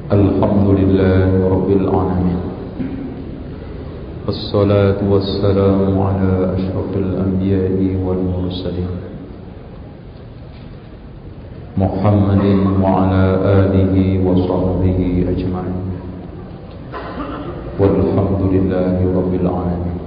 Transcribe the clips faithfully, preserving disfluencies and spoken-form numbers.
Alhamdulillah Rabbil Alamin. Wassalatu wassalamu ala ashrafil anbiya'i wal mursalin Muhammadin wa ala alihi wa sahbihi ajma'in. Walhamdulillahi Rabbil Alamin.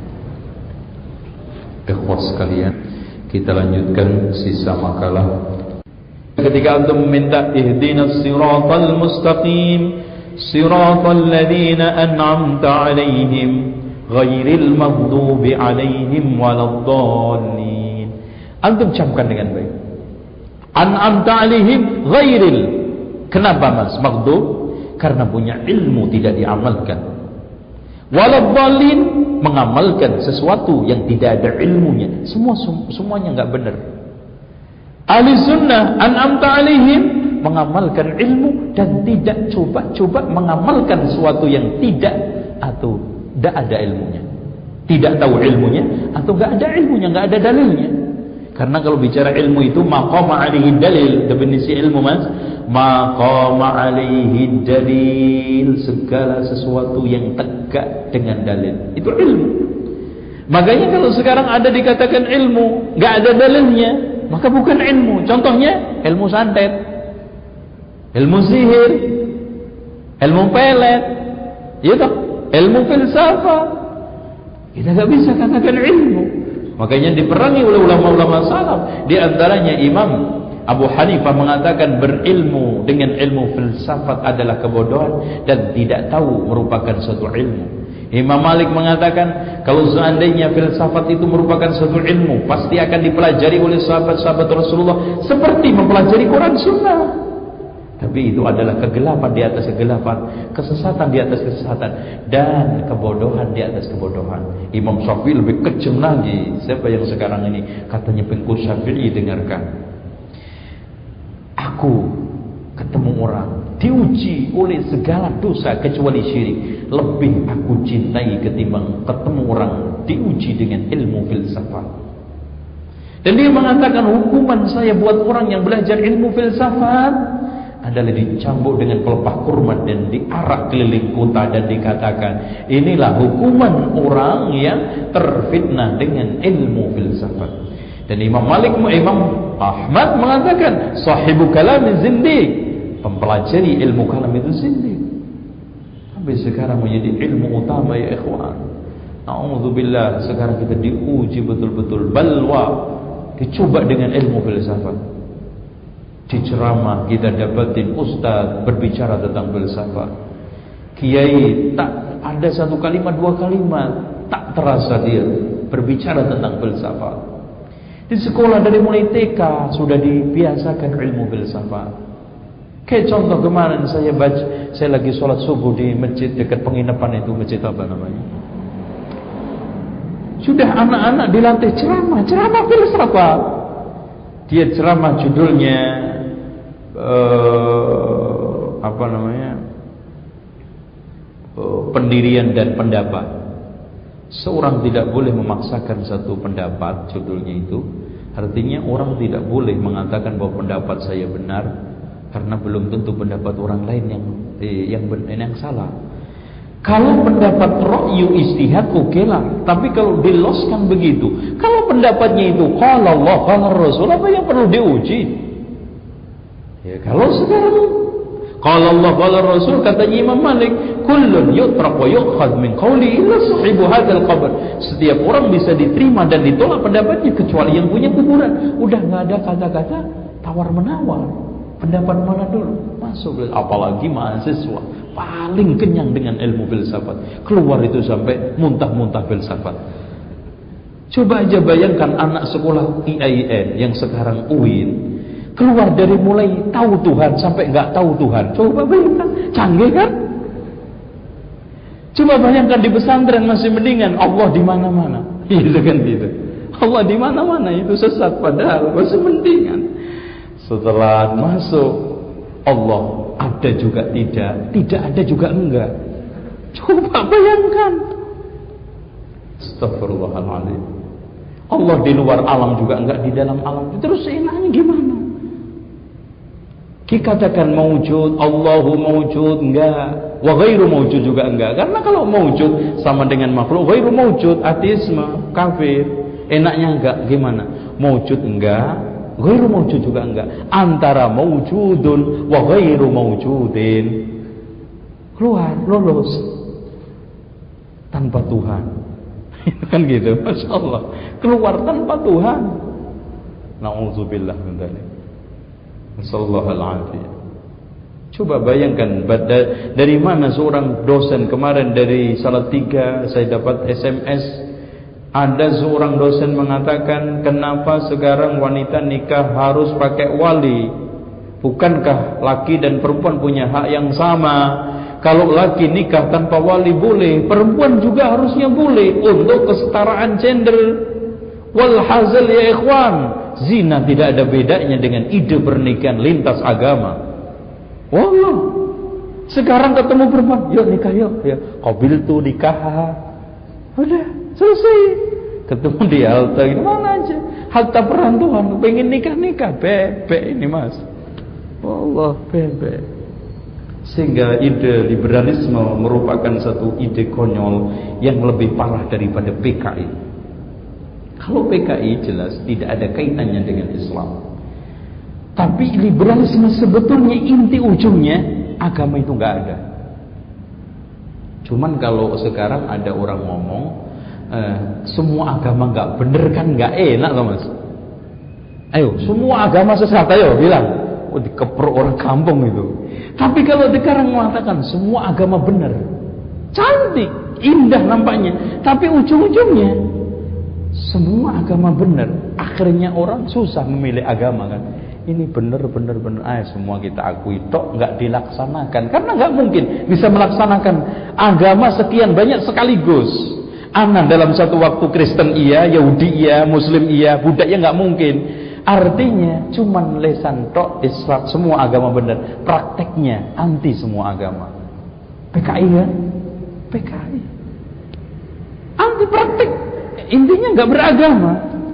Ikhwas sekalian, kita lanjutkan sisa makalah. Ketika antum meminta ihdinas siratal mustaqim siratal ladzina an'amta 'alaihim ghairil maghdubi 'alaihim waladdallin, antum camkan dengan baik. An'amta 'alaihim ghairil. Kenapa Mas maghdub? Karena punya ilmu tidak diamalkan. Waladdallin, mengamalkan sesuatu yang tidak ada ilmunya. Semua semuanya enggak benar. Ahli sunnah an'amta alaihim, mengamalkan ilmu dan tidak coba-coba mengamalkan sesuatu yang tidak atau tidak ada ilmunya, tidak tahu ilmunya atau tidak ada ilmunya, tidak ada dalilnya. Karena kalau bicara ilmu itu maqama alaihi dalil, definisi ilmu Mas, maqama alaihi dalil, segala sesuatu yang tegak dengan dalil itu ilmu. Makanya kalau sekarang ada dikatakan ilmu nggak ada dalilnya, maka bukan ilmu. Contohnya ilmu santet, ilmu sihir, ilmu pelet, ya toh, ilmu filsafat. Kita nggak bisa katakan ilmu. Makanya diperangi oleh ulama-ulama salaf. Di antaranya Imam Abu Hanifah mengatakan berilmu dengan ilmu filsafat adalah kebodohan dan tidak tahu merupakan suatu ilmu. Imam Malik mengatakan kalau seandainya filsafat itu merupakan suatu ilmu, pasti akan dipelajari oleh sahabat-sahabat Rasulullah seperti mempelajari Quran Sunnah. Tapi itu adalah kegelapan di atas kegelapan, kesesatan di atas kesesatan, dan kebodohan di atas kebodohan. Imam Syafi'i lebih kejam lagi. Siapa yang sekarang ini katanya pengikut Syafi'i, dengarkan. Aku ketemu orang diuji oleh segala dosa kecuali syirik, lebih aku cintai ketimbang ketemu orang diuji dengan ilmu filsafat. Dan dia mengatakan hukuman saya buat orang yang belajar ilmu filsafat adalah dicambuk dengan pelepah kurma dan diarak keliling kota dan dikatakan inilah hukuman orang yang terfitnah dengan ilmu filsafat. Dan Imam Malik, Imam Ahmad mengatakan sahibu kalam zindiq, mempelajari ilmu kalam itu zindiq. Tapi sekarang menjadi ilmu utama ya ikhwan. Na'udzubillah, sekarang kita diuji betul-betul, balwa, dicoba dengan ilmu filsafat. Di ceramah kita dapatin ustaz berbicara tentang filsafat. Kiai tak ada satu kalimat dua kalimat tak terasa dia berbicara tentang filsafat. Di sekolah dari mulai T K sudah dibiasakan ilmu filsafat. Kayak contoh kemarin saya baca, saya lagi sholat subuh di masjid dekat penginapan itu, masjid apa namanya? Sudah anak-anak dilatih ceramah, ceramah filsafat. Dia ceramah judulnya uh, apa namanya? Uh, pendirian dan pendapat. Seorang tidak boleh memaksakan satu pendapat, judulnya itu. Artinya orang tidak boleh mengatakan bahwa pendapat saya benar, karena belum tentu pendapat orang lain yang eh, yang yang salah. Kalau pendapat ra'yu ijtihad oke okay lah, tapi kalau diloskan begitu, kalau pendapatnya itu qala Allah qala Rasul, apa yang perlu diuji? Ya kalau sekarang qala Allah qala Rasul, katanya Imam Malik, kullun yutraq wa yu'khadh min qawli illa sahibu hadzal qabr. Setiap orang bisa diterima dan ditolak pendapatnya kecuali yang punya kuburan. Udah enggak ada kata-kata tawar menawar. Pendapat mana dulu? Masuk. Apalagi mahasiswa paling kenyang dengan ilmu filsafat. Keluar itu sampai muntah-muntah filsafat. Coba aja bayangkan anak sekolah I A I N yang sekarang U I N, keluar dari mulai tahu Tuhan sampai enggak tahu Tuhan. Coba bayangkan, canggih kan? Coba bayangkan di pesantren masih mendingan Allah di mana-mana. Gitu kan gitu. Allah di mana-mana itu sesat, padahal masih mendingan. Setelah masuk Allah ada juga tidak, tidak ada juga enggak. Coba bayangkan. Astagfirullahaladzim. Allah di luar alam juga enggak di dalam alam. Terus enaknya gimana? Kita katakan maujud, Allahu maujud, enggak. Wa ghairu maujud juga enggak. Karena kalau maujud sama dengan makhluk, ghairu maujud, ateisme, kafir. Enaknya enggak, gimana? Maujud enggak, ghairu maujud juga enggak. Antara maujudun wa ghairu maujudin. Keluar, lolos. Tanpa Tuhan. Kan gitu, Masya Allah. Keluar tanpa Tuhan. Na'udzubillah min dzalik. Sallallahu alaihi. Coba bayangkan dari mana seorang dosen kemarin dari Salatiga saya dapat S M S, ada seorang dosen mengatakan, kenapa sekarang wanita nikah harus pakai wali? Bukankah laki dan perempuan punya hak yang sama? Kalau laki nikah tanpa wali boleh, perempuan juga harusnya boleh untuk kesetaraan gender. Walhazal ya ikhwan, zina tidak ada bedanya dengan ide pernikahan lintas agama. Wallah, sekarang ketemu perempuan, yuk nikah yuk, ya qabil tuh nikah, udah selesai. Ketemu di halte, mana aja, halte perantauan, pengen nikah nikah, bebek ini mas. Wallah bebek. Sehingga ide liberalisme merupakan satu ide konyol yang lebih parah daripada P K I. Kalau P K I jelas tidak ada kaitannya dengan Islam. Tapi liberalisme sebetulnya inti ujungnya agama itu nggak ada. Cuman kalau sekarang ada orang ngomong eh, semua agama nggak bener kan nggak enak loh mas. Ayo semua agama sesat, ayo bilang. Oh dikeprok orang kampung itu. Tapi kalau sekarang mengatakan semua agama benar, cantik, indah nampaknya. Tapi ujung-ujungnya semua agama benar, akhirnya orang susah memilih agama kan. Ini benar benar benar ah semua kita akui tok nggak dilaksanakan karena nggak mungkin bisa melaksanakan agama sekian banyak sekaligus. Anak dalam satu waktu Kristen iya, Yahudi iya, Muslim iya, Buddha ya nggak mungkin. Artinya cuman lesan tok Islam semua agama benar, prakteknya anti semua agama. P K I kan? P K I anti praktek. Intinya nggak beragama,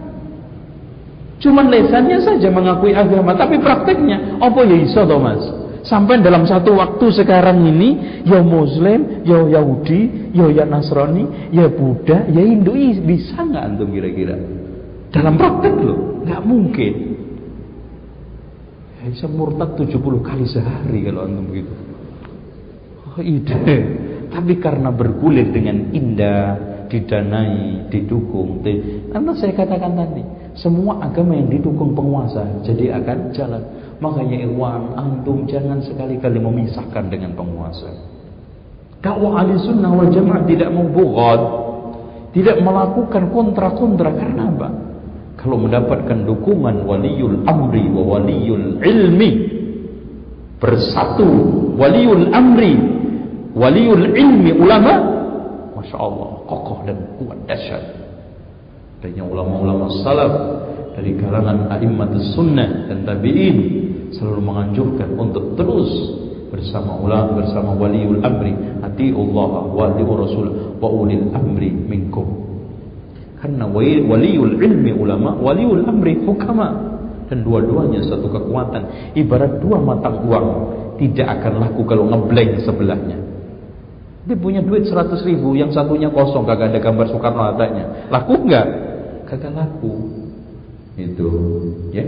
cuman lesannya saja mengakui agama, tapi prakteknya apa ya iso toh mas? Sampai dalam satu waktu sekarang ini, ya Muslim, ya Yahudi, ya ya Nasrani, ya Buddha, ya Hindu, bisa nggak antum kira-kira? Dalam praktek loh, nggak mungkin. Ya, bisa murtad tujuh puluh kali sehari kalau antum begitu. Oh, ide, tapi karena bergulir dengan indah, didanai, didukung. Karena saya katakan tadi, semua agama yang didukung penguasa jadi akan jalan. Makanya ikhwan, antum jangan sekali-kali memisahkan dengan penguasa. Dakwah Ahlussunnah wal Jamaah tidak mau bughad, tidak melakukan kontra-kontra. Karena apa? Kalau mendapatkan dukungan waliyul amri wa waliyul ilmi, bersatu waliyul amri, waliyul ilmi, ulama, Masya Allah, kokoh dan kuat dahsyat. Dan yang ulama-ulama salaf dari kalangan a'immatus sunnah dan tabi'in selalu menganjurkan untuk terus bersama ulama, bersama waliul amri, atiullah wa atiur rasul wa ulil amri minkum. Karena waliul ilmi ulama, waliul amri hukama, dan dua-duanya satu kekuatan. Ibarat dua matang uang, tidak akan laku kalau ngeblank sebelahnya. Dia punya duit seratus ribu, yang satunya kosong, kagak ada gambar Soekarno Hattanya. Laku enggak? Kagak laku. Itu, ya.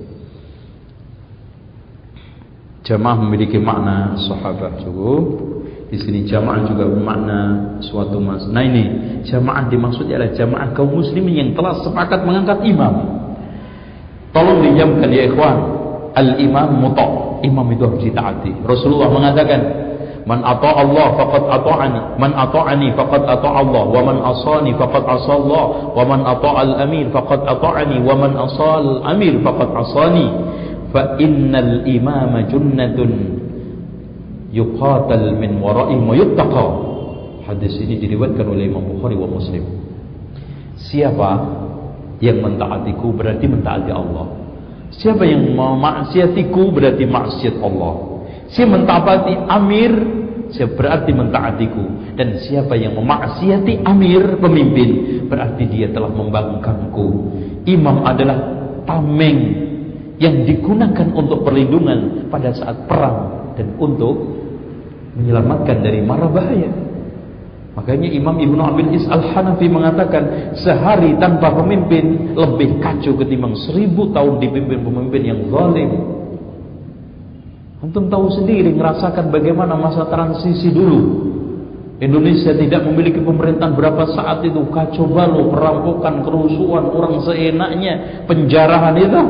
Jamaah memiliki makna sahabat cukup. Di sini jamaah juga bermakna suatu mas. Nah ini jamaah dimaksudnya adalah jamaah kaum muslimin yang telah sepakat mengangkat imam. Tolong dijamkan ya ikhwan. Al-imam muta'. Imam itu harus ditaati. Rasulullah mengatakan, man ata' Allah faqad ata'ani, man ata'ani faqad ata' Allah, wa man asani faqad asa Allah, wa man ata'al amir faqad ata'ani, wa man asal amir faqad asani. Fa innal imama junnatun yuqatal min wara'i wa yuttaqa. Hadis ini diriwayatkan oleh Imam Bukhari wa Muslim. Siapa yang mentaatiku berarti mentaati Allah. Siapa yang memaksiatiku berarti maksiat Allah. Siapa mentaati amir berarti mentaatiku. Dan siapa yang memaksiati amir, pemimpin, berarti dia telah membangkangku. Imam adalah tameng. yang digunakan untuk perlindungan pada saat perang dan untuk menyelamatkan dari mara bahaya. Makanya Imam Ibnu Abil Is Al-Hanafi mengatakan sehari tanpa pemimpin lebih kacau ketimbang seribu tahun dipimpin pemimpin yang zalim. Antum tahu sendiri, ngerasakan bagaimana masa transisi dulu. Indonesia tidak memiliki pemerintahan berapa saat itu, kacau balau, perampokan, kerusuhan, orang seenaknya, penjarahan itu.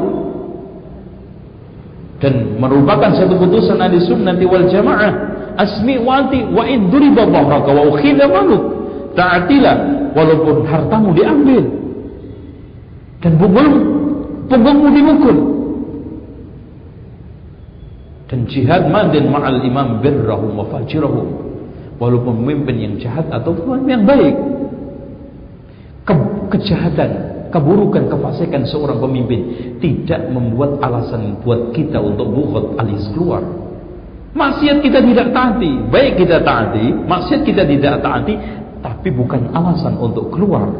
Dan merupakan satu putusan ahli sunnati wal jamaah, asmi wati wa in duriba dhahraka wa ukhidha maluk ta'atila, walaupun hartamu diambil dan punggungmu punggungmu dimukul. Dan jihad madin ma'al imam birrahum wa fajirahum, walaupun pemimpin yang jahat atau pemimpin yang baik. Ke kejahatan, keburukan, kefasikan seorang pemimpin tidak membuat alasan buat kita untuk bughd alias keluar. Maksiat kita tidak taati, baik kita taati, maksiat kita tidak taati, tapi bukan alasan untuk keluar.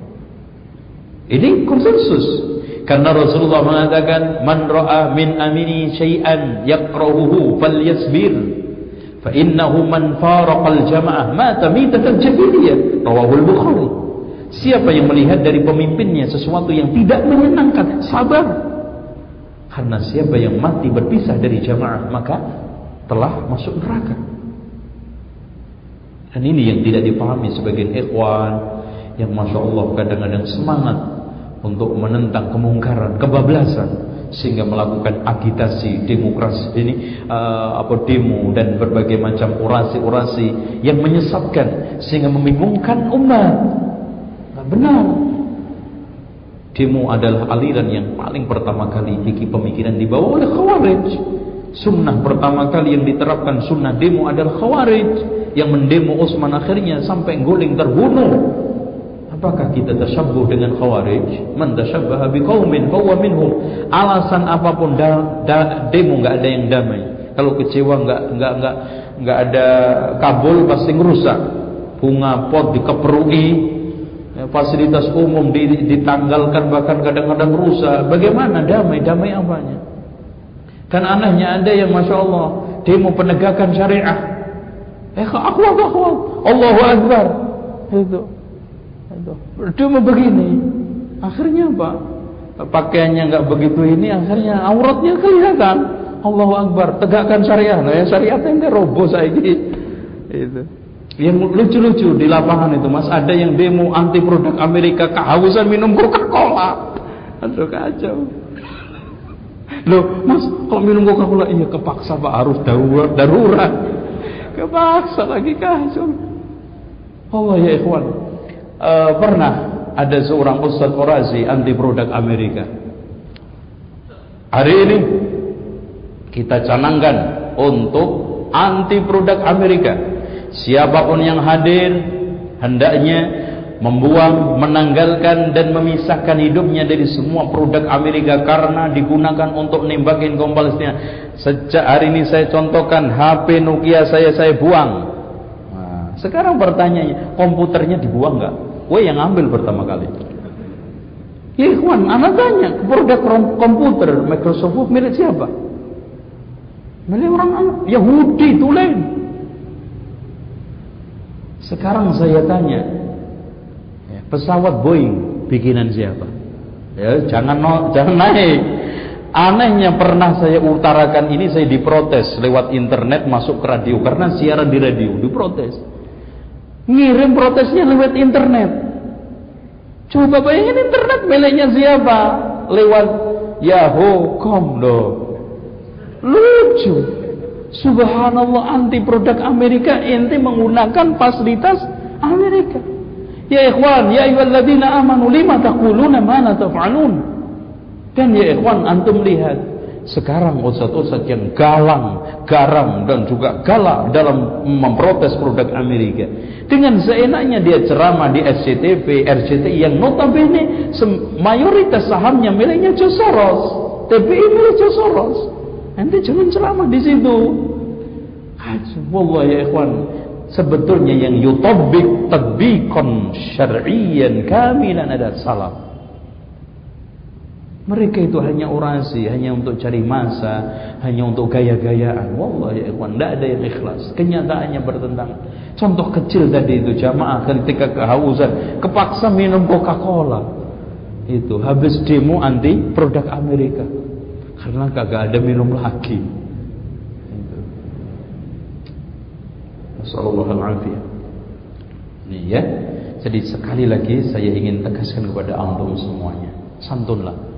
Ini konsensus. Karena Rasulullah mengatakan, man ra'a min amini syai'an yakrahuhu falyasbir, fa innahu man faraqal jamaah mata mitatal jahiliyah. Rawahul Bukhari. Siapa yang melihat dari pemimpinnya sesuatu yang tidak menyenangkan, sabar. Karena siapa yang mati berpisah dari jamaah, maka telah masuk neraka. Dan ini yang tidak dipahami sebagian ikhwan yang masya Allah kadang-kadang semangat untuk menentang kemungkaran, kebablasan, sehingga melakukan agitasi, demokrasi ini uh, apa demo dan berbagai macam orasi-orasi yang menyesatkan sehingga membingungkan umat. Nah, benar. Demo adalah aliran yang paling pertama kali fikih pemikiran dibawa oleh Khawarij. Sunnah pertama kali yang diterapkan sunnah demo adalah Khawarij yang mendemo Utsman, akhirnya sampai guling terbunuh. Apakah kita tasyabbuh dengan Khawarij? Man tasyabbaha biqaumin fahuwa minhum. Alasan apapun da, da, demo enggak ada yang damai. Kalau kecewa enggak enggak enggak enggak ada kabul, pasti ngerusak. Bunga pot dikeperui, ya, fasilitas umum ditanggalkan, bahkan kadang-kadang rusak. Bagaimana damai? Damai apanya? Kan anehnya ada yang masya Allah demo penegakan syariah. Eh akhwat akhwat, Allahu Akbar. Itu. Cuma begini, akhirnya apa? Pakaiannya nggak begitu ini, akhirnya auratnya kelihatan. Allahu Akbar, tegakkan syariah. Nah, ya syariat yang roboh saya gitu. Itu. Yang lucu-lucu di lapangan itu, Mas, ada yang demo anti produk Amerika, kehausan minum Coca-Cola. Aduh kacau. Loh, Mas, kalau minum Coca-Cola, iya kepaksa Pak, harus darurat, darurat. Kepaksa lagi kacau. Allah ya ikhwan. Uh, pernah ada seorang Ustadz Orazi anti produk Amerika. Hari ini kita canangkan untuk anti produk Amerika. Siapapun yang hadir hendaknya membuang, menanggalkan dan memisahkan hidupnya dari semua produk Amerika karena digunakan untuk nembakin kaum Palestina. Sejak hari ini saya contohkan, H P Nokia saya saya buang. Sekarang pertanyaannya, komputernya dibuang nggak? Wah, yang ambil pertama kali. Ya ikhwan, anak tanya, produk komputer Microsoft milik siapa? Milik orang Yahudi, tulen. Sekarang saya tanya, pesawat Boeing bikinan siapa? Ya, jangan no, jangan naik. Anehnya pernah saya utarakan ini, saya diprotes lewat internet, masuk ke radio karena siaran di radio diprotes. Ngirim protesnya lewat internet. Coba bayangin, internet miliknya siapa? Lewat Yahoo dot com loh. Lucu. Subhanallah, anti produk Amerika, ente menggunakan fasilitas Amerika. Ya ikhwan, ya ayyuhalladzina amanu lima taquluna ma la taf'alun. Dan ya ikhwan, antum lihat sekarang ustaz-ustaz yang galang, garang dan juga galak dalam memprotes produk Amerika. Dengan seenaknya dia ceramah di S C T V, R C T I yang notabene mayoritas sahamnya miliknya George Soros, T V I milik George Soros. Nanti jangan ceramah di situ. Wallah ya ikhwan, sebetulnya yang yutabik tadbiqan syar'iyyan kamilan ada salaf. Mereka itu hanya orasi, hanya untuk cari masa, hanya untuk gaya-gayaan. Wallahi ya ikhwan, tidak ada yang ikhlas. Kenyataannya bertentangan. Contoh kecil tadi itu, jamaah ketika kehausan kepaksa minum Coca-Cola. Itu habis demo anti produk Amerika karena kagak ada minum lagi. Assalamualaikum. Nih ya. Jadi sekali lagi saya ingin tegaskan kepada antum semuanya, santunlah.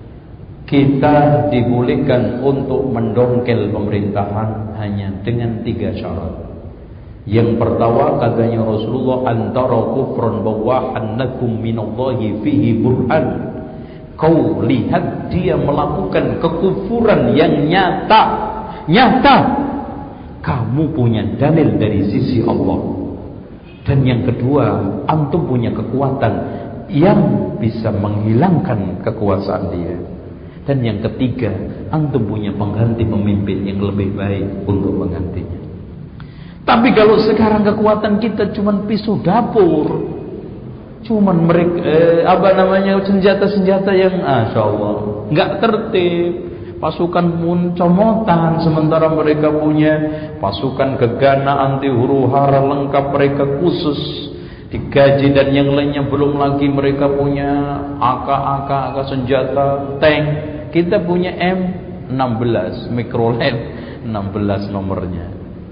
Kita dibolehkan untuk mendongkel pemerintahan hanya dengan tiga syarat. Yang pertama katanya Rasulullah, antara kufran bawahan nakum minallahi fihi burhan. Kau lihat dia melakukan kekufuran yang nyata, nyata. Kamu punya dalil dari sisi Allah. Dan yang kedua, antum punya kekuatan yang bisa menghilangkan kekuasaan dia. Dan yang ketiga, antum punya pengganti pemimpin yang lebih baik untuk menggantinya. Tapi kalau sekarang kekuatan kita cuman pisau dapur, cuman mereka eh, apa namanya senjata-senjata yang, masya Allah, nggak tertib, pasukan pun comotan, sementara mereka punya pasukan gegana anti huru hara lengkap, mereka khusus digaji dan yang lainnya, belum lagi mereka punya A K A K, A K senjata, tank. Kita punya M enam belas Microlab enam belas nomornya.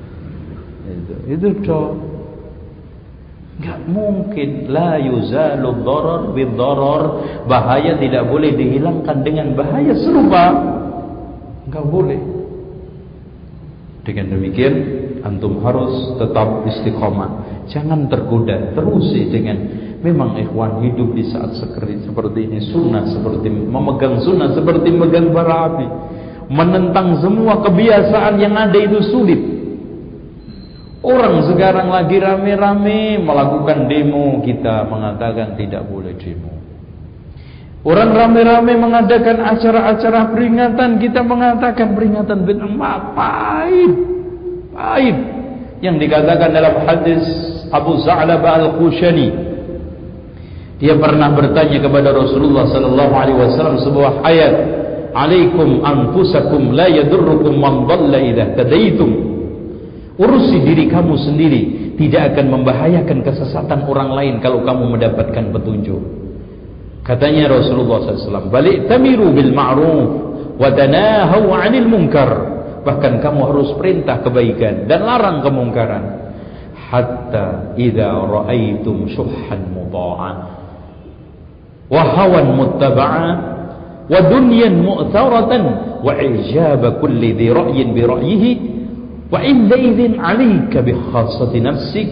Itu itu dong. Enggak mungkin, la yuzalu dharar bidharar. Bahaya tidak boleh dihilangkan dengan bahaya serupa. Enggak boleh. Dengan demikian antum harus tetap istiqomah. Jangan tergoda terus dengan, memang ikhwan hidup di saat seperti ini sunnah, seperti memegang sunnah seperti memegang bara api. Menentang semua kebiasaan yang ada itu sulit. Orang sekarang lagi rame-rame melakukan demo, kita mengatakan tidak boleh demo. Orang rame-rame mengadakan acara-acara peringatan, kita mengatakan peringatan bid'ah. Pahit, pahit. Yang dikatakan dalam hadis Abu Za'labah Al-Khushani, dia pernah bertanya kepada Rasulullah sallallahu alaihi wasallam sebuah ayat, "Alaikum anfusakum la yadurrukum man dhalla idza tadaitum." Urusi diri kamu sendiri, tidak akan membahayakan kesesatan orang lain kalau kamu mendapatkan petunjuk. Katanya Rasulullah sallallahu alaihi wasallam, "Balik tamiru bil ma'ruf wa tanahaw 'anil munkar." Bahkan kamu harus perintah kebaikan dan larang kemungkaran. Hatta idza ra'aitum syuhhan muta'an wa hawan muttaba'a wa dunyan mu'tharatan wa ijaba kulli dhi ra'yin bi ra'yihi wa illa idzin 'alayka bi khassati nafsik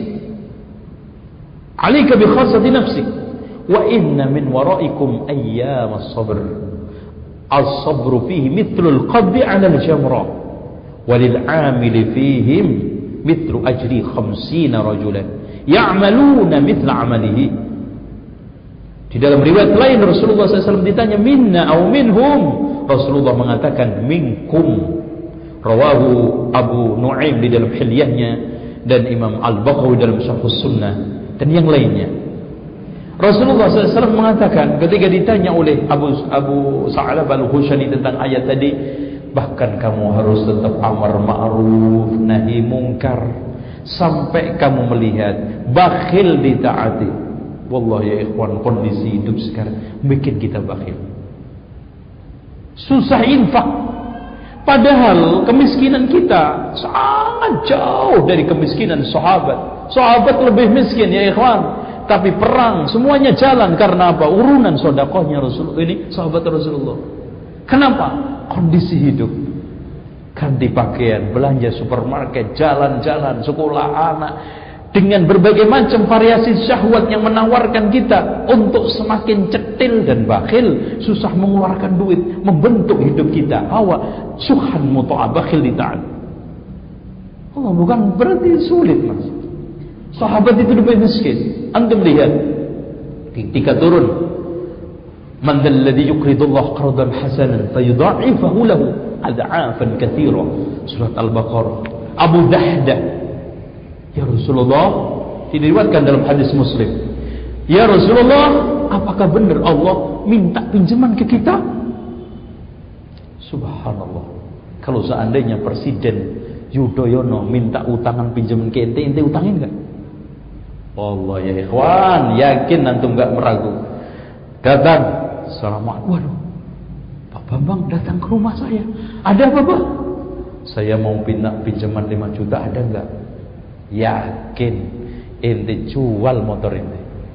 'alayka bi khassati nafsik wa inna min wara'ikum ayyam as-sabr as-sabru fihi mithlu al-qabdi 'ala al-jamra walil 'amili fihim mithlu ajri khamsina rajulan ya'maluna mithla 'amalihi. Di dalam riwayat lain Rasulullah sallallahu alaihi wasallam ditanya, minna aw minhum? Rasulullah mengatakan minkum. Rawahu Abu Nuaim di dalam Hilyahnya dan Imam Al-Baghawi dalam Syarhus Sunnah dan yang lainnya. Rasulullah sallallahu alaihi wasallam mengatakan ketika ditanya oleh Abu Abu Sa'labah Al-Khushani tentang ayat tadi, bahkan kamu harus tetap amar ma'ruf nahi mungkar sampai kamu melihat bakhil ditaati. Wallahi ya ikhwan, kondisi hidup sekarang bikin kita bakhil, susah infak, padahal kemiskinan kita sangat jauh dari kemiskinan sahabat. Sahabat lebih miskin ya ikhwan, tapi perang semuanya jalan karena apa? Urunan sedekahnya Rasulullah ini, sahabat Rasulullah. Kenapa? Kondisi hidup, ganti pakaian, belanja supermarket, jalan-jalan, sekolah anak, dengan berbagai macam variasi syahwat yang menawarkan kita untuk semakin cetil dan bakhil, susah mengeluarkan duit, membentuk hidup kita. Hawa suhan muta'a, bakhil ditaat. Allah bukan berarti sulit mas. Sahabat itu lebih miskin. Antum lihat ketika turun, man dzal ladzi yuqridullah qardan hasanan fayudha'ifahu lahu ad'afan katsira, surat Al-Baqarah. Abu Dahdah, ya Rasulullah, diriwayatkan dalam hadis Muslim, ya Rasulullah, apakah benar Allah minta pinjaman ke kita? Subhanallah. Kalau seandainya Presiden Yudhoyono minta utangan pinjaman ke ente, ente utangin nggak? Allah ya ikhwan, yakin antum nggak meragu. Datang, assalamualaikum. Waduh, Pak Bambang datang ke rumah saya. Ada apa Pak? Saya mau pindah pinjaman lima juta, ada nggak? Yakin ente jual motor ente.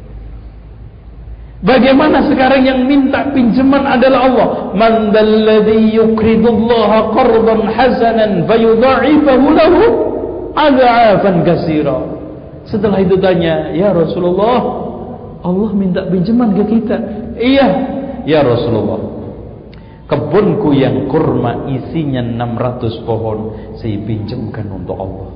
Bagaimana sekarang yang minta pinjaman adalah Allah? Man dalladzi yuqridullaha qardan hasanan fayudha'ifahu lahu adha'afan katsira. Setelah itu tanya, "Ya Rasulullah, Allah minta pinjaman ke kita." "Iya, ya Rasulullah. Kebunku yang kurma isinya enam ratus pohon, saya pinjamkan untuk Allah."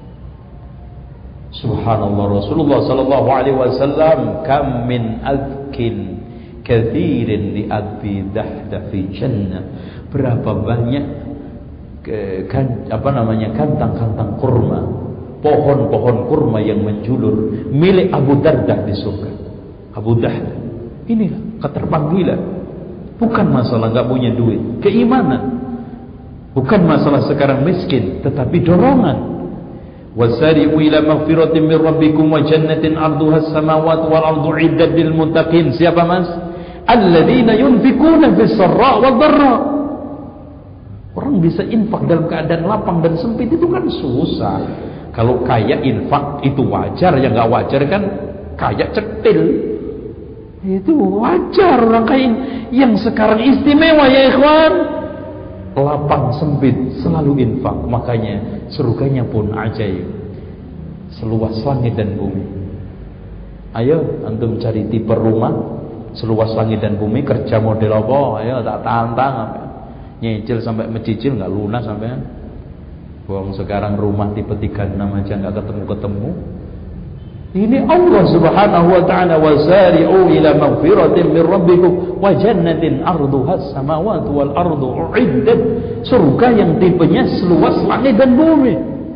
Subhanallah. Rasulullah sallallahu alaihi wasallam, "Kam min adkin katsirin li abi dahdah fi jannah." Berapa banyak ke, kan, apa namanya kantang-kantang kurma, pohon-pohon kurma yang menjulur milik Abu Dardah di surga. Abu Dardah. Inilah keterpanggilan. Bukan masalah enggak punya duit, keimanan. Bukan masalah sekarang miskin, tetapi dorongan. Wasari'u ila maghfiratin min rabbikum wa jannatin 'arduha as-samawati wal ardu 'iddat lil muttaqin. Siapa Mas? Alladzina yunfikuna fis sarra' wad dharra. Orang bisa infak dalam keadaan lapang dan sempit itu kan susah. Kalau kaya infak itu wajar, yang enggak wajar kan kaya cetil. Itu wajar orang kaya. Yang sekarang istimewa ya ikhwan, lapang sempit selalu infak. Makanya surganya pun ajaib, seluas langit dan bumi. Ayo antum cari tipe rumah seluas langit dan bumi, kerja model apa? Ayo tak tantang apa? Nyicil sampai mencicil nggak lunas sampai. Bohong, sekarang rumah tipe tiga puluh enam aja nggak ketemu-ketemu. Ini Allah Subhanahu wa taala, wasari'u ila maghfiratin min rabbikum wa jannatin 'arduha as-samawati wal ardu u'iddat. Surga yang tipenya seluas langit dan bumi.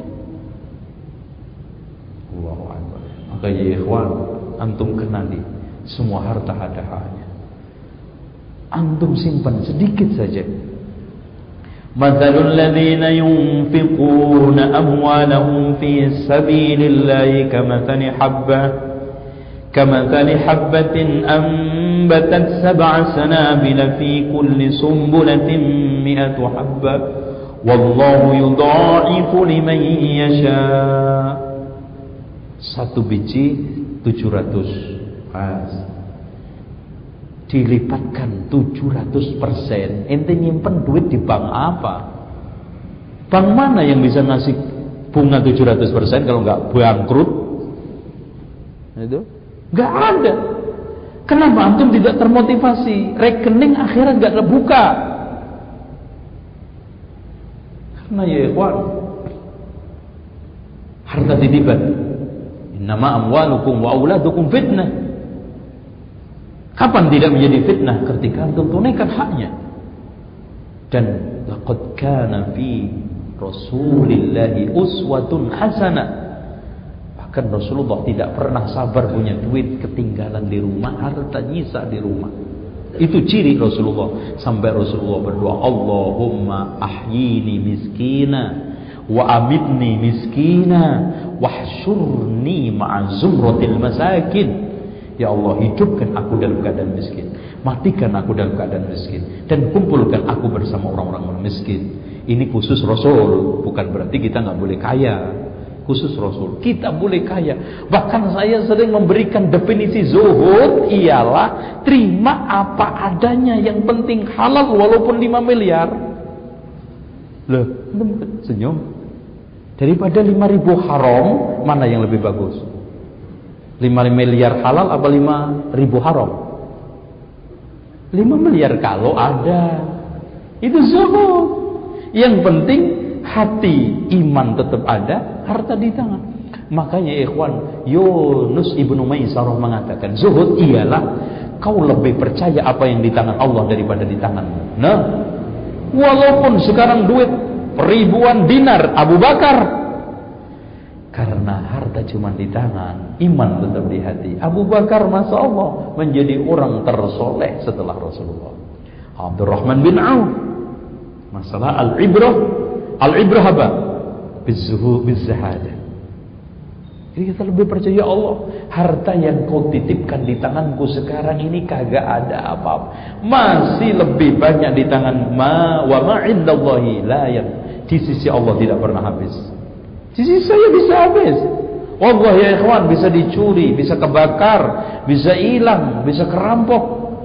Allahu akbar. Maka ya ikhwan, antum kenali semua harta ada haknya. Antum simpan sedikit saja. Mathalul ladzina yunfiquna amwalahum fi sabilillahi kamathali habbah kamathali habbatin anbatat sab'a sanabila fi kulli sumbulatin mi'atu habbah wallahu yudha'ifu liman yasha. Satu biji tujuh ratus pas dilipatkan tujuh ratus persen. Ente nyimpen duit di bank apa? Bank mana yang bisa ngasih bunga tujuh ratus persen kalau nggak bangkrut? Itu nggak ada. Kenapa antum tidak termotivasi? Rekening akhirat nggak terbuka. Karena ya ikhwan, harta titipan. Innama amwalukum wa auladukum fitnah. Kapan tidak menjadi fitnah? Ketika antum tunaikan haknya. Dan laqad kana fi Rasulillahi uswatun hasanah. Bahkan Rasulullah tidak pernah sabar punya duit ketinggalan di rumah, harta nyisa di rumah. Itu ciri Rasulullah. Sampai Rasulullah berdoa, Allahumma ahyini miskina wa amitni miskina wahsyurni ma'a zumratil masakin. Ya Allah, hidupkan aku dalam keadaan miskin, matikan aku dalam keadaan miskin, dan kumpulkan aku bersama orang-orang miskin. Ini khusus Rasul, bukan berarti kita nggak boleh kaya. Khusus Rasul, kita boleh kaya. Bahkan saya sering memberikan definisi zuhud ialah terima apa adanya, yang penting halal walaupun lima miliar. Loh, senyum. Daripada lima ribu haram, mana yang lebih bagus? lima miliar halal apa lima ribu haram? lima miliar kalau ada. Itu zuhud. Yang penting hati iman tetap ada, harta di tangan. Makanya ikhwan, Yunus ibnu Maisarah mengatakan, zuhud ialah kau lebih percaya apa yang di tangan Allah daripada di tanganmu. Nah, walaupun sekarang duit ribuan dinar Abu Bakar, karena harta cuma di tangan, iman tetap di hati. Abu Bakar Masya Allah menjadi orang tersoleh setelah Rasulullah. Abdurrahman bin Auf Masalah al-ibrah, al-ibrah apa? Bizzuhud, bizzahadah. Jadi kita lebih percaya Allah, harta yang kau titipkan di tanganku sekarang ini kagak ada apa-apa. Masih lebih banyak di tangan ma wa ma indallahi la yan. Di sisi Allah tidak pernah habis. Di sisi saya bisa habis. Wallah ya ikhwan, bisa dicuri, bisa kebakar, bisa hilang, bisa kerampok.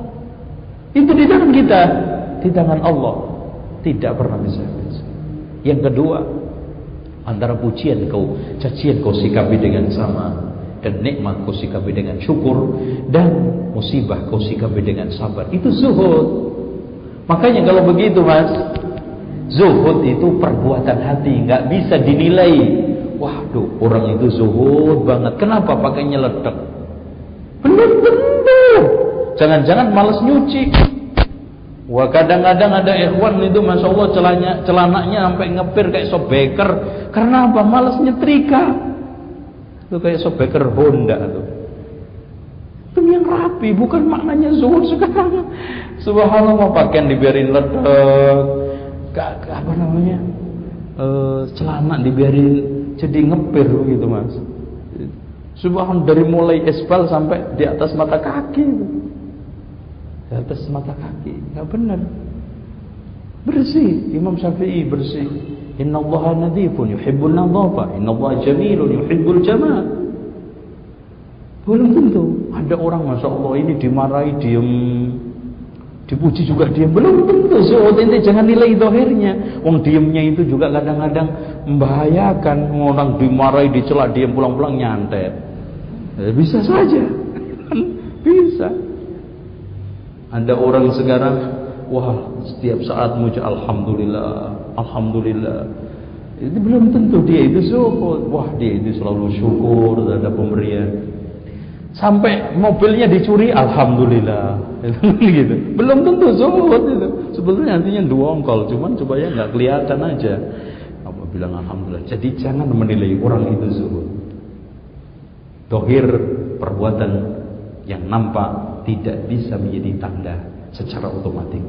Itu di tangan kita, di tangan Allah tidak pernah bisa habis. Yang kedua, antara pujian kau, cacian kau sikapi dengan sama, dan nikmat kau sikapi dengan syukur, dan musibah kau sikapi dengan sabar. Itu zuhud. Makanya kalau begitu mas, zuhud itu perbuatan hati, nggak bisa dinilai. Waduh, orang itu zuhud banget. Kenapa pakai nyeledak? Belum tentu. Jangan-jangan malas nyuci. Wah, kadang-kadang ada ikhwan itu masya Allah celananya, celananya sampai ngepir kayak sobeker. Karena apa? Malas nyetrika. Itu kayak sobeker Honda tuh. Itu yang rapi, bukan maknanya zuhud sekarang. Subhanallah, pakaian dibiarin ledek, gak, apa namanya, e, celana dibiarin jadi ngepir gitu mas. Subhanallah, dari mulai esbal sampai di atas mata kaki. Di atas mata kaki, nggak benar. Bersih, Imam Syafi'i bersih. Inna Allaha nadhifun yuhibbul nadhafa, Inna Allaha jamilun yuhibbul jamal. Belum tentu. Ada orang masya Allah ini dimarahi diem, dipuji juga diem. Belum tentu. So, ente jangan nilai zahirnya. Wong diemnya itu juga kadang-kadang membahayakan. Orang dimarahi, dicela, diem pulang-pulang nyantet. Ya, bisa saja, bisa. Ada orang sekarang, wah setiap saat muji alhamdulillah, alhamdulillah. Itu belum tentu dia itu zuhud. Wah dia itu selalu syukur terhadap pemberian. Sampai mobilnya dicuri, alhamdulillah. Gitu. Belum tentu zuhud itu. Sebetulnya artinya dongkol, cuman supaya nggak kelihatan aja. Apa bilang alhamdulillah. Jadi jangan menilai orang itu zuhud. Dohir perbuatan yang nampak tidak bisa menjadi tanda secara otomatis.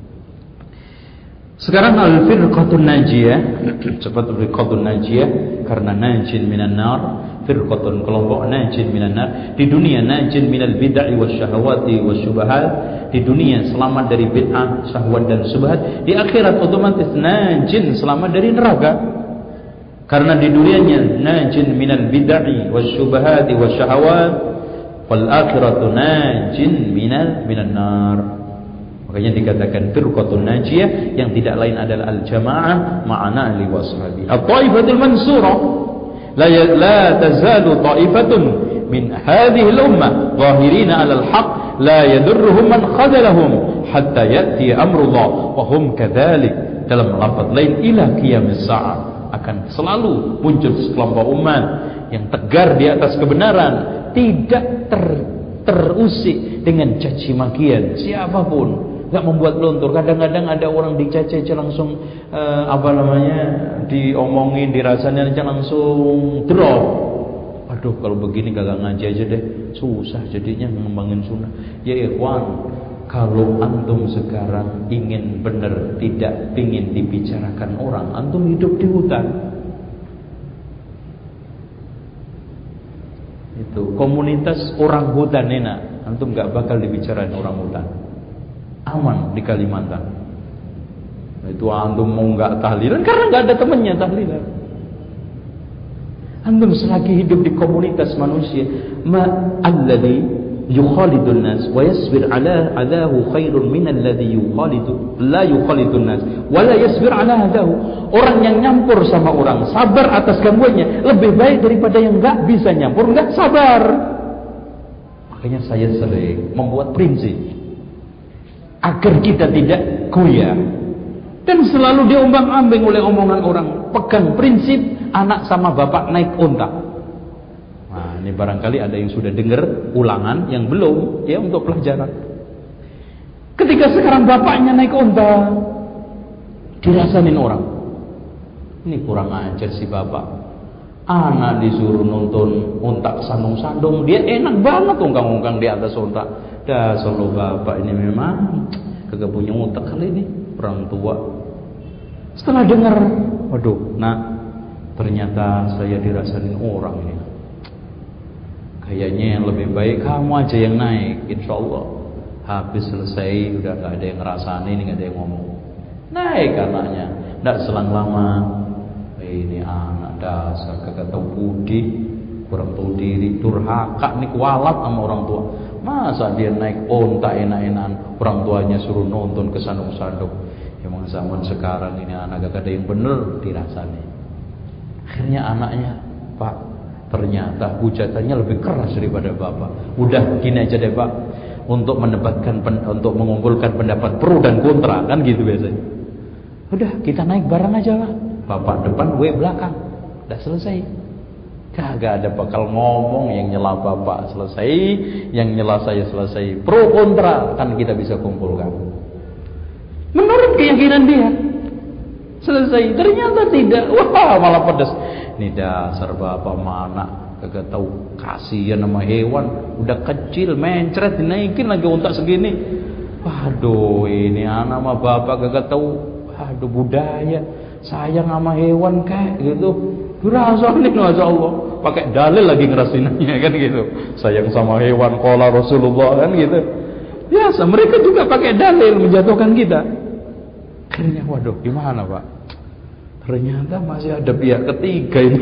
Sekarang al-firqatun najiyah, cepat firqatun najiyah karena najin minan nar, firqatun kelompok najin minan nar. Di dunia najin minal bid'ah wasyahawati wasyubahat, di dunia selamat dari bid'ah, syahwat dan syubhat. Di akhirat otomatis najin selamat dari neraka. Karena di dunianya najin minal bid'ah wasyubahati wasyahawat, wal akhiratu najin minal minan nar. Makanya dikatakan firqatun najiyah yang tidak lain adalah al-jamaah ma'ana li washabi. At-taifatul mansurah la la tazalu taifatun min hadhihi al-ummah zahirina 'ala al-haq la yadurruhum man khadalahum hatta ya'ti amrullah wa hum kadzalik. Dalam lafaz lain ila qiyamis sa'a akan selalu muncul sekelompok umat yang tegar di atas kebenaran, tidak ter, terusik dengan caci makian siapapun. Nggak membuat luntur. Kadang-kadang ada orang dicaci aja langsung uh, apa namanya diomongin, dirasanya aja langsung drop. Aduh kalau begini kagak ngaji aja deh, susah jadinya ngembangin sunnah. Ya ikhwan, kalau antum sekarang ingin benar, tidak ingin dibicarakan orang, antum hidup di hutan. Itu komunitas orang hutan enak, antum nggak bakal dibicarain orang hutan. Aman di Kalimantan. Itu antum mau nggak tahlilan karena nggak ada temannya tahlilan. Antum selagi hidup di komunitas manusia, ma alladhi yukhalidun nas wa yasbir ala adahu khairun min alladhi yukhalidu la yukhalidun nas wa la yasbir ala adahu. Orang yang nyampur sama orang, sabar atas gangguannya, lebih baik daripada yang nggak bisa nyampur, nggak sabar. Makanya saya sering membuat prinsip agar kita tidak goyah dan selalu diombang-ambing oleh omongan orang. Pegang prinsip anak sama bapak naik unta. Nah, ini barangkali ada yang sudah dengar ulangan, yang belum, ya untuk pelajaran. Ketika sekarang bapaknya naik unta, dirasain orang, ini kurang ajar si bapak. Anak disuruh nonton unta sandung-sandung, dia enak banget ungkang-ungkang di atas unta. Dasar lo bapak ini memang kagak punya otak kali ini, orang tua. Setelah dengar, waduh, nak, ternyata saya dirasain orang ini. Kayaknya yang lebih baik kamu aja yang naik, insya Allah. Habis selesai, udah gak ada yang ngerasain, gak ada yang ngomong. Naik anaknya, gak selang lama. Ini anak dasar kagak tahu budi, kurang tahu diri, durhaka nih, kualat sama orang tua. Masa dia naik onta enak-enakan, orang tuanya suruh nonton ke sanduk-sanduk. Emang zaman sekarang ini anak gak ada yang bener dirasani. Akhirnya anaknya, Pak, ternyata hujatannya lebih keras daripada bapak. Udah gini aja deh Pak, untuk mendebatkan, untuk mengumpulkan pendapat pro dan kontra, kan gitu biasanya. Udah kita naik bareng aja lah, bapak depan, gue belakang, udah selesai. Kagak ada bakal ngomong yang nyela bapak selesai, yang nyela saya selesai. Pro kontra kan kita bisa kumpulkan menurut keyakinan dia. Selesai. Ternyata tidak. Wah, malah pedas. Ini dasar bapak mana kagak tahu kasihan sama hewan, udah kecil mencret dinaikin lagi unta segini. Waduh, ini anak sama bapak kagak tahu aduh budaya, sayang sama hewan kayak gitu. Dirasain Masya Allah, pakai dalil lagi ngerasinannya kan gitu. Sayang sama hewan qala Rasulullah kan gitu. Biasa mereka juga pakai dalil menjatuhkan kita. Akhirnya waduh gimana Pak? Ternyata masih ada pihak ketiga ini.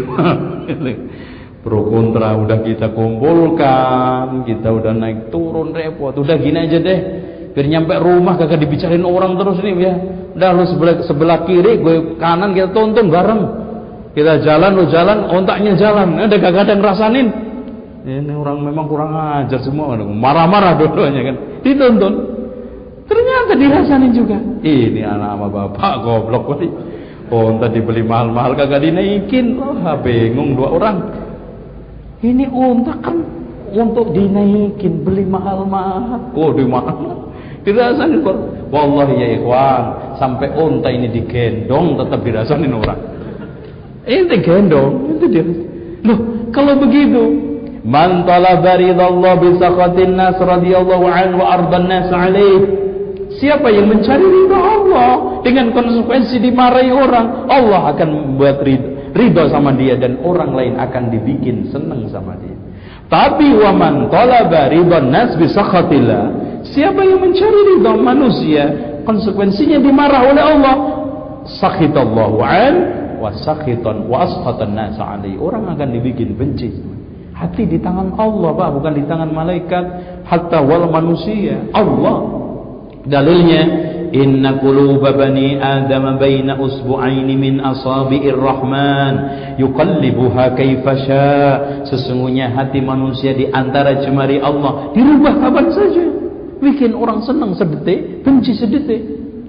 Pro kontra udah kita kumpulkan, kita udah naik turun repot. Udah gini aja deh, biar nyampe rumah kagak dibicarain orang terus nih ya. Udah lu sebelah, sebelah kiri, gue kanan, kita tonton bareng. Kita jalan, lu jalan, ontaknya jalan. Udah kagak ada yang ngerasain. Ini orang memang kurang ajar semua, marah-marah dua-duanya kan. Ditonton. Ternyata dirasain juga. Ini anak sama bapak goblok kali. Onta dibeli mahal-mahal kagak dinaikin. Wah, bingung dua orang. Ini onta kan untuk dinaikin, beli mahal-mahal. Oh, di mahal. Dirasain kok. Wallahi ya ikhwan, sampai onta ini digendong tetap dirasain orang. Ini gendong, itu dia. Loh, kalau begitu, man talaba ridallah bi sakhatin nas radhiyallahu anhu wa ardan nas alaih. Siapa yang mencari ridha Allah dengan konsekuensi dimarahi orang, Allah akan membuat ridha sama dia dan orang lain akan dibikin senang sama dia. Tapi wa man talaba ridhan nas bi sakhatillah, siapa yang mencari ridha manusia, konsekuensinya dimarah oleh Allah, sakhitallahu an wa sakhitan wa askhatan nas alaihi, orang akan dibikin benci. Hati di tangan Allah Pak, bukan di tangan malaikat. Hatta wal manusia, Allah. Dalilnya, inna quluba bani adam baina usbu'aini min asabi'ir rahman yuqallibuha kaifa syaa. Sesungguhnya hati manusia di antara jemari Allah dirubah kapan saja, bikin orang senang sedetik, benci sedetik.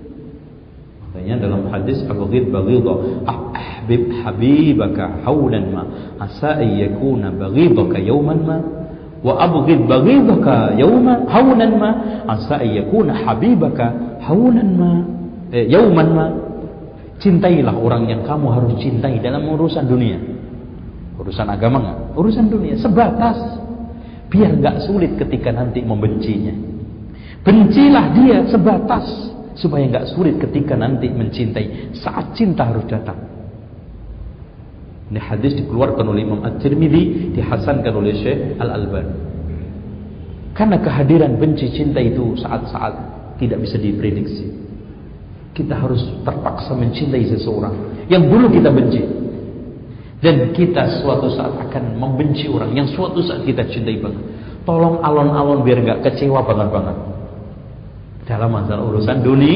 Makanya dalam hadis abghid baghidha ahbib habibaka hawlan ma asa ayyakuna baghidaka yawman ma wa abghid baghidaka yawman hawnan ma asa ayyakuna habibaka hawnan ma eh, yawman ma. Cintailah orang yang kamu harus cintai dalam urusan dunia. Urusan agama enggak? Urusan dunia sebatas, biar enggak sulit ketika nanti membencinya. Bencilah dia sebatas supaya enggak sulit ketika nanti mencintai. Saat cinta harus datang. Ini hadis dikeluarkan oleh Imam At-Tirmidzi, dihasankan oleh Syekh Al-Albani. Karena kehadiran benci cinta itu saat-saat tidak bisa diprediksi. Kita harus terpaksa mencintai seseorang yang dulu kita benci, dan kita suatu saat akan membenci orang yang suatu saat kita cintai banget. Tolong alon-alon biar nggak kecewa banget-banget dalam masalah urusan dunia.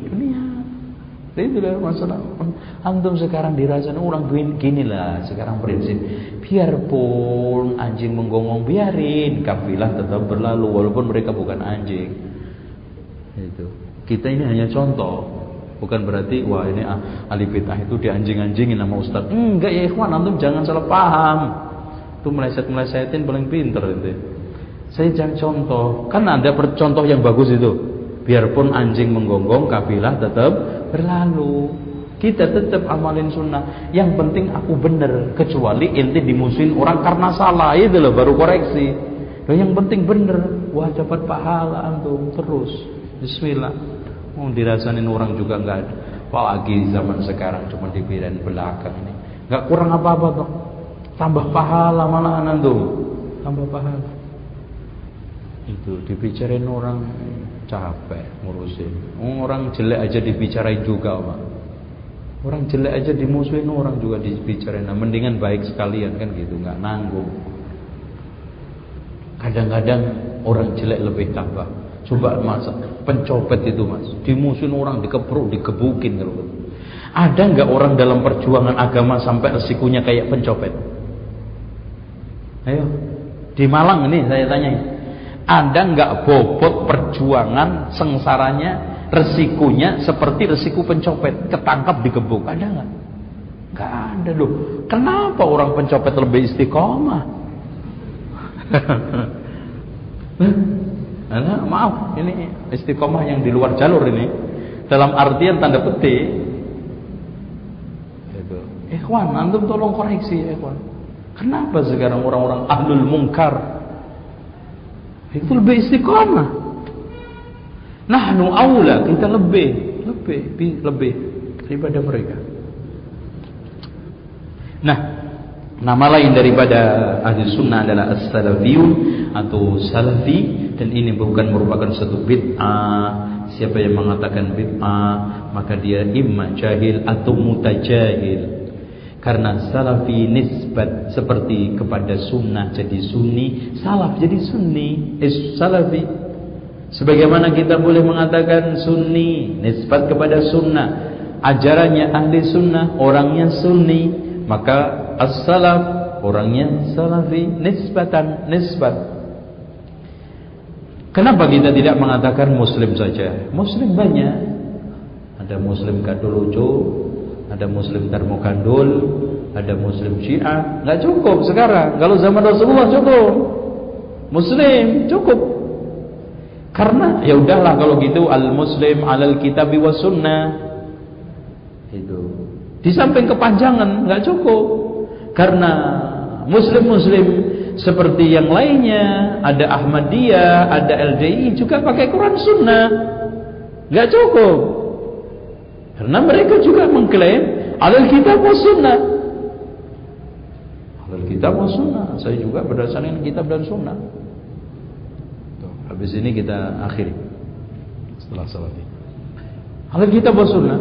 Itu adalah masalah. Antum sekarang dirasakan orang gini lah. Sekarang prinsip, biarpun anjing menggonggong, biarin, kafilah tetap berlalu walaupun mereka bukan anjing. Itu. Kita ini hanya contoh, bukan berarti wah ini ahli bid'ah itu dianjing-anjingin sama ustaz. Enggak ya ikhwan, antum jangan salah paham. Itu meleset-melesetin paling pinter itu. Saya jangan contoh, kan ada contoh yang bagus itu. Biarpun anjing menggonggong, kafilah tetap berlalu. Kita tetap amalin sunnah. Yang penting aku bener, kecuali inti dimusuhin orang karena salah, itu loh baru koreksi. Dan yang penting bener, wah dapat pahala antum terus. Bismillah. Mau dirasain orang juga enggak ada. Apalagi zaman sekarang cuma dipikirin belakang ini. Nggak kurang apa-apa kok. Tambah pahala malahan antum. Tambah pahala. Itu dibicarain orang capek ngurusin. Orang jelek aja dibicarain juga, Pak. Orang jelek aja dimusuhin, orang juga dibicarain. Nah, mendingan baik sekalian kan gitu, nggak nanggung. Kadang-kadang orang jelek lebih tambah. Coba mas, pencopet itu mas, dimusuhin orang, dikepruk, dikebukin gitu. Ada nggak orang dalam perjuangan agama sampai resikonya kayak pencopet? Ayo, di Malang ini saya tanya. Ada nggak bobot perjuangan sengsaranya resikonya seperti resiko pencopet, ketangkap digebuk? Ada nggak? Nggak ada loh. Kenapa orang pencopet lebih istiqomah? Nah, maaf, ini istiqomah yang di luar jalur ini, dalam artian tanda petik. Ikhwan, antum tolong koreksi ya, ikhwan. Kenapa sekarang orang-orang ahlul munkar itu lebih istiqomah? Nahnu aula, kita lebih, lebih, lebih daripada mereka. Nah, nama lain daripada ahli sunnah adalah as-salafiyun atau salafi, dan ini bukan merupakan satu bid'ah. Siapa yang mengatakan bid'ah, maka dia imma jahil atau mutajahil. Karena salafi nisbat seperti kepada sunnah jadi sunni, salaf jadi sunni, eh, salafi. Sebagaimana kita boleh mengatakan sunni nisbat kepada sunnah, ajarannya ahli sunnah, orangnya sunni, maka as-salaf orangnya salafi, nisbatan, nisbat. Kenapa kita tidak mengatakan muslim saja? Muslim banyak. Ada muslim kadulucu, ada muslim termokandul, ada muslim syiah. Nggak cukup sekarang. Kalau zaman Rasulullah cukup, muslim cukup. Karena ya udahlah kalau gitu, al muslim alal kitabi was sunnah. Itu di samping kepanjangan nggak cukup. Karena muslim-muslim seperti yang lainnya, ada Ahmadiyah, ada L D I juga pakai Quran Sunnah, nggak cukup. Karena mereka juga mengklaim alal kitab was sunnah. Alal kitab was sunnah. Saya juga berdasarkan kitab dan sunnah. Tuh, habis ini kita akhiri setelah salat ini. Alal kitab was sunnah.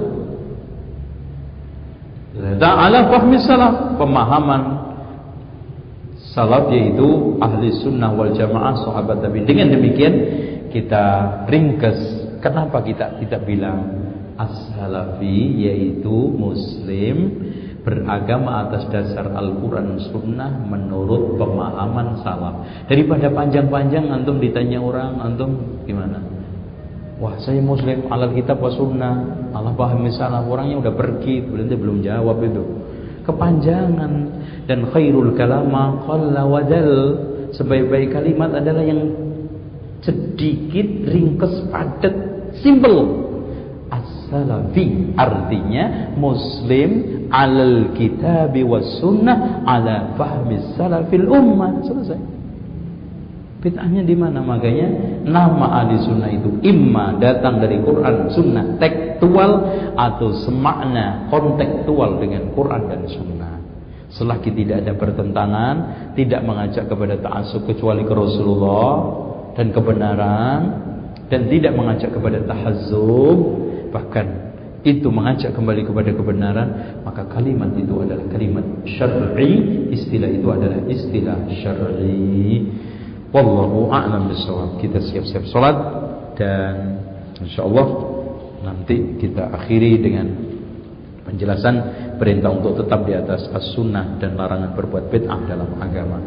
Ta'ala fahmi salaf, pemahaman salaf yaitu ahli sunnah wal jamaah sahabat Nabi. Dengan demikian kita ringkas kenapa kita tidak bilang as-salafi, yaitu muslim beragama atas dasar Al-Quran Sunnah menurut pemahaman salaf. Daripada panjang-panjang antum ditanya orang, antum gimana? Wah, saya muslim alal kitab wa sunnah, Allah pahami salaf. Orangnya udah pergi, berarti belum jawab itu. Kepanjangan. Dan khairul kalama qalla wadal, sebaik-baik kalimat adalah yang sedikit, ringkas, padat, simple. As-salafi artinya muslim alal kitabi was sunnah ala fahmi salafil ummah. Selesai. Bid'ahnya di mana? Makanya nama ahli sunnah itu imma datang dari Quran sunnah tekstual atau semakna kontekstual dengan Quran dan sunnah. Selagi tidak ada pertentangan, tidak mengajak kepada ta'assub kecuali ke Rasulullah dan kebenaran, dan tidak mengajak kepada tahazzub, bahkan itu mengajak kembali kepada kebenaran, maka kalimat itu adalah kalimat syar'i, istilah itu adalah istilah syar'i. Wallahu a'lam bishawab. Kita siap-siap salat dan insyaallah nanti kita akhiri dengan penjelasan perintah untuk tetap di atas as-sunnah dan larangan berbuat bid'ah dalam agama.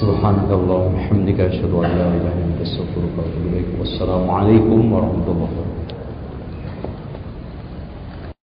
Subhanallah wa bihamdika asyhadu an la ilaha illa anta astaghfiruka wa atubu ilaik. Wassalamu alaikum warahmatullahi wabarakatuh.